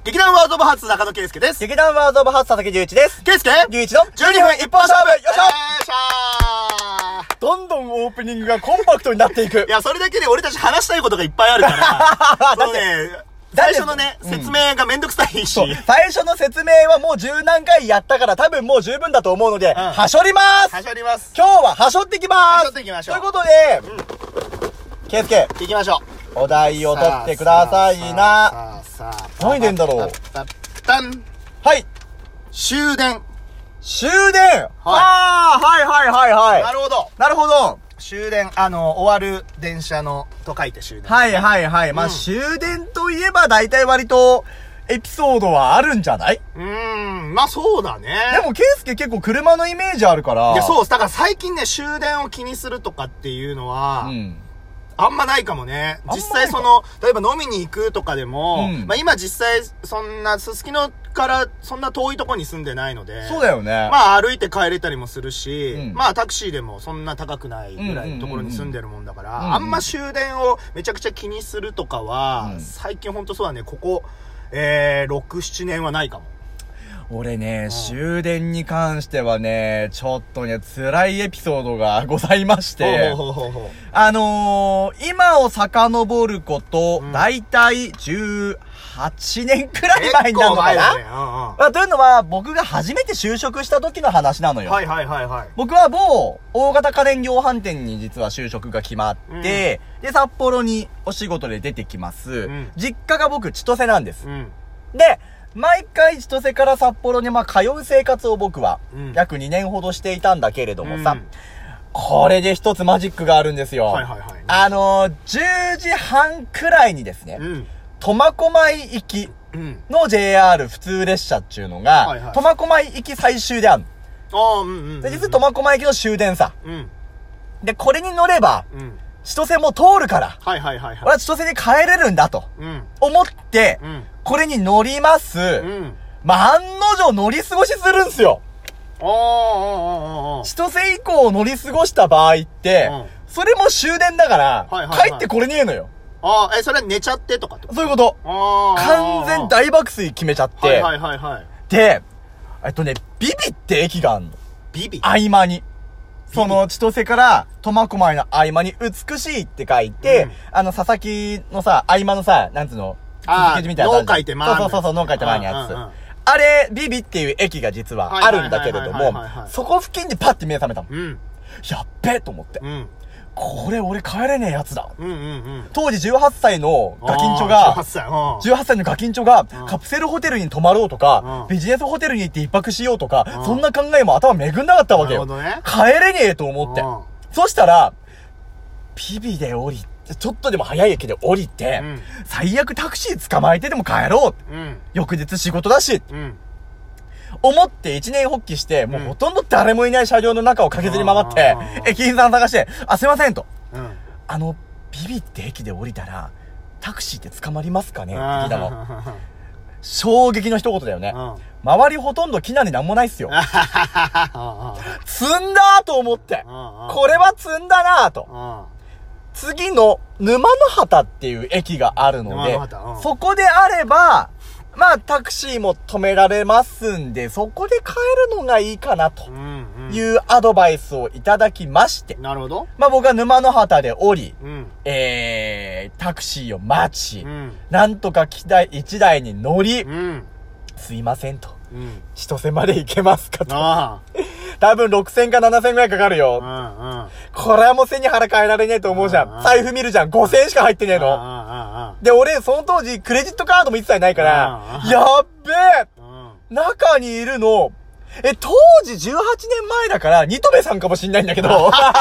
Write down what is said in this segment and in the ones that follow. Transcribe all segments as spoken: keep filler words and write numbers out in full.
劇団ワードオブハーツ中野圭介です。 劇団ワードオブハーツ佐々木隆一です。 圭介隆一のじゅうにふん一本勝負よいしょよいしょどんどんオープニングがコンパクトになっていく。 いや、それだけで俺たち話したいことがいっぱいあるから、そのね、最初のね、説明がめんどくさいし。 最初の説明はもう十何回やったから多分もう十分だと思うので、うん、はしょりますはしょります。 今日ははしょってきますはしょっていきましょう。 ということで、うん、圭介。 行きましょう。 お題を取ってくださいな。 さあさあさあ。 何でんだろう。 たん。はい。終電。 終電、はい、あー、はいはいはいはい。 なるほど。 なるほど。 終電、あの、終わる電車の、と書いて終電、ね。 はいはいはい。うん、まあ、終電といえば大体割と、エピソードはあるんじゃない？ うーん、まあそうだね。 でも、ケイスケ結構車のイメージあるから。 いや、そうです。だから最近ね、終電を気にするとかっていうのは、うん、あんまないかもね。実際その、例えば飲みに行くとかでも、うん、まあ今実際そんな、すすきのからそんな遠いとこに住んでないので。 そうだよね。 まあ歩いて帰れたりもするし、うん、まあタクシーでもそんな高くないぐらいのところに住んでるもんだから、うんうんうんうん、あんま終電をめちゃくちゃ気にするとかは、うん、最近ほんとそうだね、ここ、えー、ろく、ななねんはないかも。 俺ね、終電に関してはね、ちょっとね、辛いエピソードがございまして、ほうほうほうほう、あのー、今を遡ること、うん、だいたいじゅうはちねんくらい前になるのかな、ね、うんうん、まあ、というのは、僕が初めて就職した時の話なのよ。 はいはいはいはい。 僕は某大型家電量販店に実は就職が決まって、うん、で、札幌にお仕事で出てきます。うん、実家が僕、千歳なんです。うん、で、毎回千歳から札幌にまあ通う生活を僕は約にねんほどしていたんだけれどもさ、うん、これで一つマジックがあるんですよ。はいはいはい。あのー、じゅうじはんくらいにですね、苫小牧行きの ジェイアール 普通列車っていうのが、苫小牧行き最終である。ああ、うんうんうん。で、実は苫小牧行きの終電さ。うん、で、これに乗れば、うん、千歳も通るから、はいはいはいはい。俺は千歳に帰れるんだと、うん、思って、うん、これに乗ります。うん、まあ、案の定乗り過ごしするんすよ。ああ、ああ、ああ。千歳以降乗り過ごした場合って、うん、それも終電だから、はいはいはい、帰ってこれねえのよ。 ああ、え、それ寝ちゃってとかってこと？ そういうこと。ああ。完全大爆睡決めちゃって。はいはいはいはい。で、えっとね、ビビって駅があんの。ビビ？合間に。その、千歳から苫小牧の合間に美しいって書いて、うん、あの、佐々木のさ、合間のさ、なんつうの、 ああ、脳書いて回る。 そうそうそう、脳書いて回るやつ。あれ、ビビっていう駅が実はあるんだけれども、そこ付近でパッて目覚めたの。うん、やっべえと思って。うん、これ俺帰れねえやつだ。うんうんうん、当時じゅうはっさいのガキンチョが、じゅうはっさい、じゅうはっさいのガキンチョが、カプセルホテルに泊まろうとか、ビジネスホテルに行って一泊しようとか、そんな考えも頭巡んなかったわけよ。ね、帰れねえと思って。そしたら、ビビで降りて、ちょっとでも早い駅で降りて、うん、最悪タクシー捕まえてでも帰ろう、うん、翌日仕事だし、うん、思って一年発起して、もうほとんど誰もいない車両の中を駆けずり回って、うん、駅員さん探して、あ、すいませんと、うん、あの、ビビって駅で降りたら、タクシーって捕まりますかねって聞いたの。衝撃の一言だよね。うん、周りほとんど木なんでなんもないっすよ。積んだと思って、これは積んだなぁと。次の沼の畑っていう駅があるので、うん、そこであれば、まあタクシーも止められますんで、そこで帰るのがいいかなというアドバイスをいただきまして、なるほど。まあ僕は沼の畑で降り、うん、えー、タクシーを待ち、うん、なんとか機台いちだいに乗り、うん、すいませんと、うん、千歳まで行けますかと。あ多分ろくせんかななせんぐらいかかるよ。うんうん、これはもう背に腹変えられねえと思うじゃん。うんうん、財布見るじゃん。ごせんしか入ってねえの。うんうん、で、俺、その当時、クレジットカードも一切ないから、うんうん、やっべえ、うん、中にいるの、え、当時じゅうはちねんまえだから、ニトベさんかもしんないんだけど。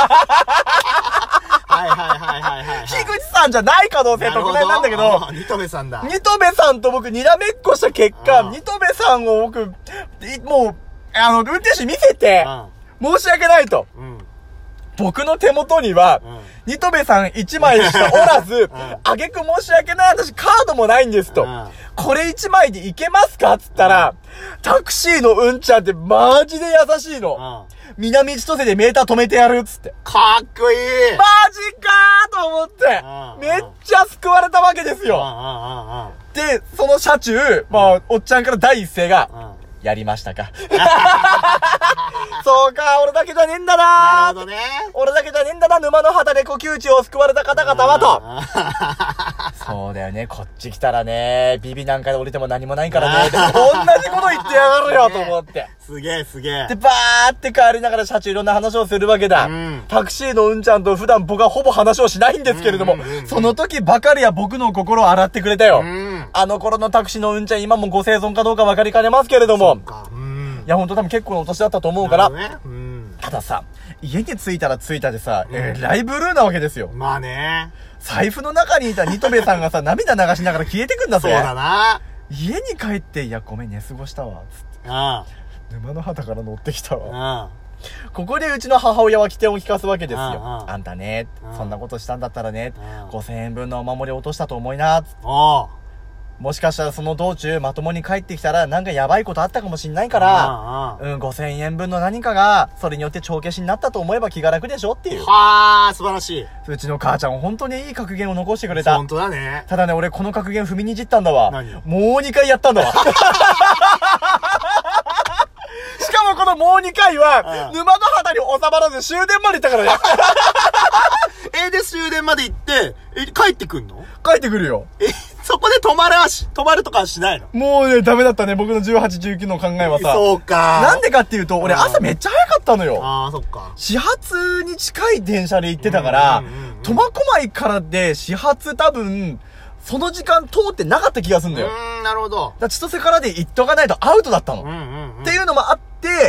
はいはいはいはいはい。樋口さんじゃない可能性特大なんだけど、 ニトベさんだ。 ニトベさんと僕、にらめっこした結果、ニトベさんを僕、もう、あの、運転手見せて、申し訳ないと。うん、僕の手元には、うん、ニトベさんいちまいしかおらず、あげく申し訳ない、私カードもないんですと。うん、これいちまいでいけますかつったら、うん、タクシーのうんちゃんってマジで優しいの。うん、南千歳でメーター止めてやるっつって。 かっこいい。 マジかーと思って、めっちゃ救われたわけですよ。で、 で、その車中、まあ、おっちゃんから第一声が、うんやりましたかそうか、俺だけじゃねえんだな。 なるほどね。 俺だけじゃねえんだな、沼の旗でこう窮地を救われた方々はと。そうだよね、こっち来たらね、ビビなんかで降りても何もないからね。同じこと言ってやがるよ、と思って。 すげえすげえ。 で、バーって帰りながら車中いろんな話をするわけだ。うん、タクシーのうんちゃんと普段僕はほぼ話をしないんですけれども、うんうんうん、その時ばかりは僕の心を洗ってくれたよ。うん、あの頃のタクシーのうんちゃん今もご生存かどうか分かりかねますけれども。うん、いや、ほんと多分結構なお年だったと思うから。ねうん、たださ、家に着いたら着いたでさ、うん、えー、ライブルーなわけですよ。 まあね。 財布の中にいたニトベさんがさ、涙流しながら消えてくんだぜ。 そうだな。 家に帰って、いや、ごめん、寝過ごしたわ。つって。ああ。沼の旗から乗ってきたわ。ああ。ここでうちの母親は起点を聞かすわけですよ。あああんたね、そんなことしたんだったらね、ごせんえんぶんのお守り落としたと思いな。つって。ああ。もしかしたらその道中まともに帰ってきたらなんかやばいことあったかもしんないから、ああうん、ごせんえんぶんの何かが、それによって帳消しになったと思えば気が楽でしょっていう。 はあ、素晴らしい。 うちの母ちゃん本当にいい格言を残してくれた。 本当だね。 ただね、俺この格言踏みにじったんだわ。何？もうにかいやったんだわ。しかもこのもうにかいは、沼の旗に収まらず終電まで行ったからね。 え、 で終電まで行って、え、帰ってくんの？ 帰ってくるよ。 え、そこで止まるはし、止まるとかはしないの？ もうね、ダメだったね。僕のじゅうはち、じゅうきゅうの考えはさ。 そうか。 なんでかっていうと、俺朝めっちゃ早かったのよ。 ああ、そっか。 始発に近い電車で行ってたから、苫小牧からで始発多分、その時間通ってなかった気がするんだよ。 うーん、なるほど。 だ千歳からで行っとかないとアウトだったの。うんうんうん、っていうのもあって、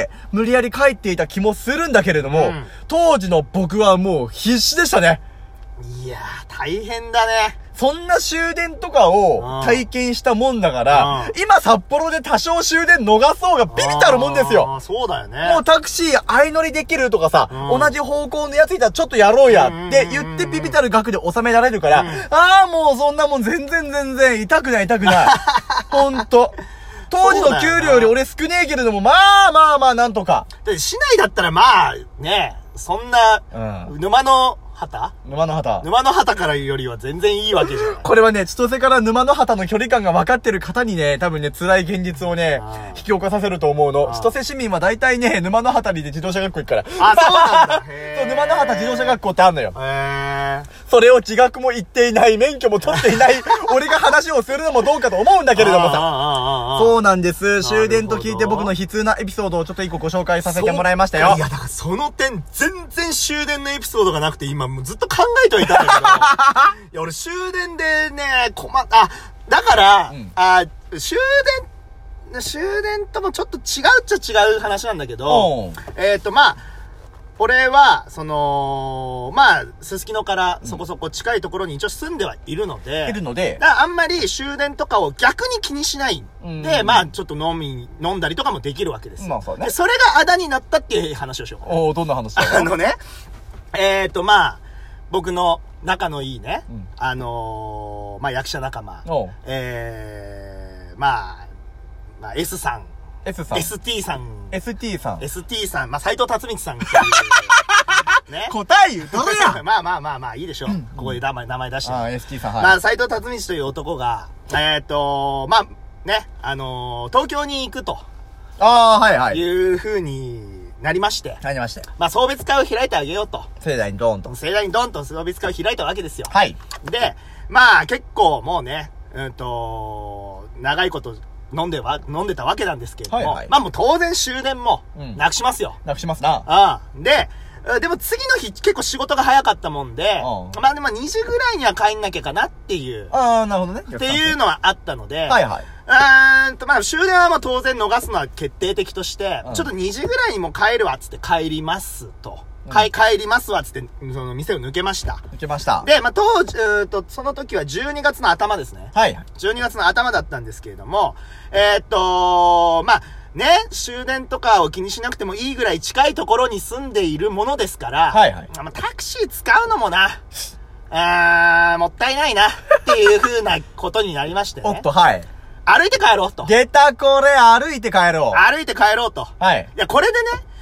無理やり帰っていた気もするんだけれども、うん、当時の僕はもう必死でしたね。 いやー、大変だね。 そんな終電とかを体験したもんだから、今札幌で多少終電逃そうがビビたるもんですよ。 ああ、そうだよね。 もうタクシー相乗りできるとかさ、同じ方向のやついたらちょっとやろうやって言ってビビたる額で収められるから、ああ、もうそんなもん全然全然痛くない痛くない。ほんと。当時の給料より俺少ねえけれども、まあまあまあなんとか。 だって市内だったらまあ、ね、そんな、沼の、旗沼の旗。 沼の旗からよりは全然いいわけじゃない。 これはね、千歳から沼の旗の距離感が分かってる方にね、多分ね、辛い現実をね、引き起こさせると思うの。千歳市民は大体ね、沼の旗にで自動車学校行くから。 あ、そうなんだ。 そう、沼の旗自動車学校ってあんのよ。 へー。 それを自学も言っていない、免許も取っていない、俺が話をするのもどうかと思うんだけれどもさ。そうなんです。終電と聞いて僕の悲痛なエピソードをちょっと一個ご紹介させてもらいましたよ。 いや、だからその点、全然終電のエピソードがなくて今もうずっと考えてはいたんだけど。いや、俺終電でね、困っ、あ、だから、うん、あ、終電、終電ともちょっと違うっちゃ違う話なんだけど、えっと、まあ、俺は、その、まあ、すすきのからそこそこ近いところに一応住んではいるので、 いるので、 だからあんまり終電とかを逆に気にしないんで、まあ、ちょっと飲み、飲んだりとかもできるわけですよ。 まあそうね。 で、それがあだになったっていう話をしようかな。 おー、どんな話だよ。 あのね、えっと、まあ、僕の仲のいいね、うん、あのー、まあ、役者仲間、えー、まあ、まあ、S さん、 S さん。 エスティー さん。 エスティー さん。 エスティー さん。まあ、斎藤達光さんっていう。ね。 答え言うとるやまあまあまあまあ、いいでしょう。うん、ここで名前、名前出して。 ああ、エスティー さん、はい。 まあ、斎藤達光という男が、えっと、まあ、ね、あのー、東京に行くと。 ああ、はいはい。 いう風になりまして。 なりまして。 まあ、送別会を開いてあげようと。 盛大にドーンと。 盛大にドーンと送別会を開いたわけですよ。 はい。 で、まあ、結構もうね、うんと、長いこと、飲んでは、飲んでたわけなんですけれども、はいはい、まあもう当然終電も、なくしますよ。 うん、なくしますな。 ああ。で、でも次の日結構仕事が早かったもんで、まあでもにじぐらいには帰んなきゃかなっていう。 ああ、なるほどね。 っていうのはあったので、 はいはい。 あーんと、まあ終電はまあ当然逃すのは決定的として、うん、ちょっとにじぐらいにも帰るわっつって帰りますと。帰、うん、帰りますわっつって、その店を抜けました。 抜けました。 で、まあ当時、うーと、その時はじゅうにがつの頭ですね。 はい。 じゅうにがつの頭だったんですけれども、えー、っと、まあ、ね、終電とかを気にしなくてもいいぐらい近いところに住んでいるものですから、 はいはい。 まあ、タクシー使うのもな、あー、もったいないな、っていう風なことになりましてね。 おっと、はい。 歩いて帰ろうと。 出たこれ、歩いて帰ろう。 歩いて帰ろうと。 はい。 いや、これでね、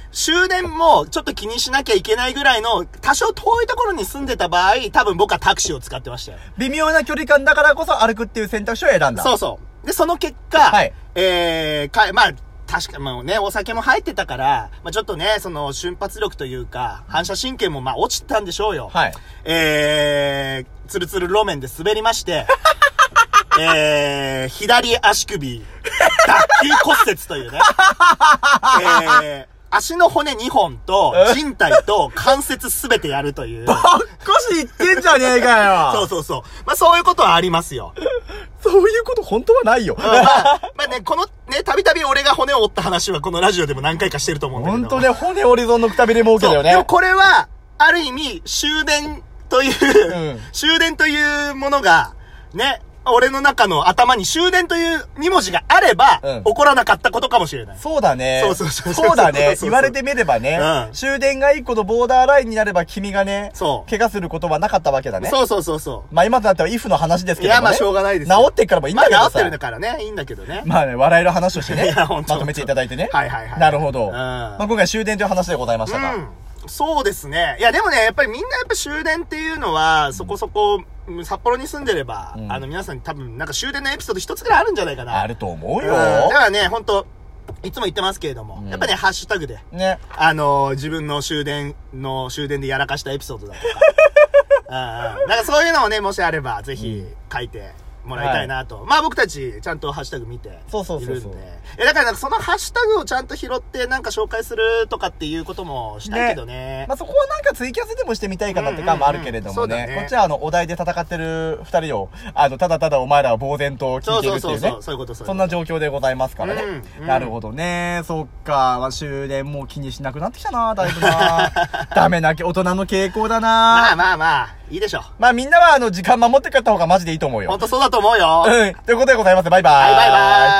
終電もちょっと気にしなきゃいけないぐらいの多少遠いところに住んでた場合、多分僕はタクシーを使ってましたよ。 微妙な距離感だからこそ歩くっていう選択肢を選んだ。 そうそう。で、その結果、はい、えー、か、まあ、確か、まあね、お酒も入ってたから、まあちょっとね、その瞬発力というか、反射神経もまあ落ちたんでしょうよ。 はい。 えー、ツルツル路面で滑りまして、えー、左足首、脱臼骨折というね。えー、足の骨にほんと、人体と関節すべてやるという。 ばっこし言ってんじゃねえかよ。 そうそうそう。まあそういうことはありますよ。 そういうこと本当はないよ。 まあ、まあね、このね、たびたび俺が骨を折った話はこのラジオでも何回かしてると思うんだけど。 本当ね、骨折り損のくたびれ儲けだよね。 でもこれは、ある意味、終電という、うん、終電というものが、ね、俺の中の頭に終電というに文字があれば、うん、起こらなかったことかもしれない。 そうだね。 そうそうそうそうだね。言われてみればね、うん、終電が一個のボーダーラインになれば君がね、そう。怪我することはなかったわけだね。 そうそうそうそう。 まあ今となってはイフの話ですけどもね。 いやまあしょうがないです。 治ってっからもいいんだけどさ。 まあ治ってるんだからね、いいんだけどね。 まあね、笑える話をしてね、まとめていただいてね。 はいはいはい。 なるほど。うん、 まあ今回終電という話でございましたが。 うんそうですね。いやでもね、やっぱりみんなやっぱ終電っていうのは、そこそこ、札幌に住んでれば、うん、あの皆さんに多分なんか終電のエピソード一つぐらいあるんじゃないかな。 あると思うよ。 うん、だからね、ほんと、いつも言ってますけれども、うん、やっぱね、ハッシュタグで、 ね、 あのー、自分の終電の終電でやらかしたエピソードだとか、うん、なんかそういうのをね、もしあれば、ぜひ書いて、もらいたいなと。はい、まあ僕たち、ちゃんとハッシュタグ見ているんで。 そうそうそうそう。 え、だからなんかそのハッシュタグをちゃんと拾ってなんか紹介するとかっていうこともしたいけどね。ねまあそこはなんかツイキャスでもしてみたいかなって感もあるけれどもね。うんうんうん、ねこっちはあの、お題で戦ってる二人を、あの、ただただお前らは呆然と聞いてるっていうね。そうそうそう、そういうことそういうこと。そんな状況でございますからね。うんうん、なるほどね。そっか。まあ終電もう気にしなくなってきたな、だいぶな。ダメな大人の傾向だな。 まあまあまあ。いいでしょ。 まあみんなはあの時間守ってくれた方がマジでいいと思うよ。 ほんとそうだと思うよ。 うん。ということでございます。バイバーイ。 はい、バイバーイ。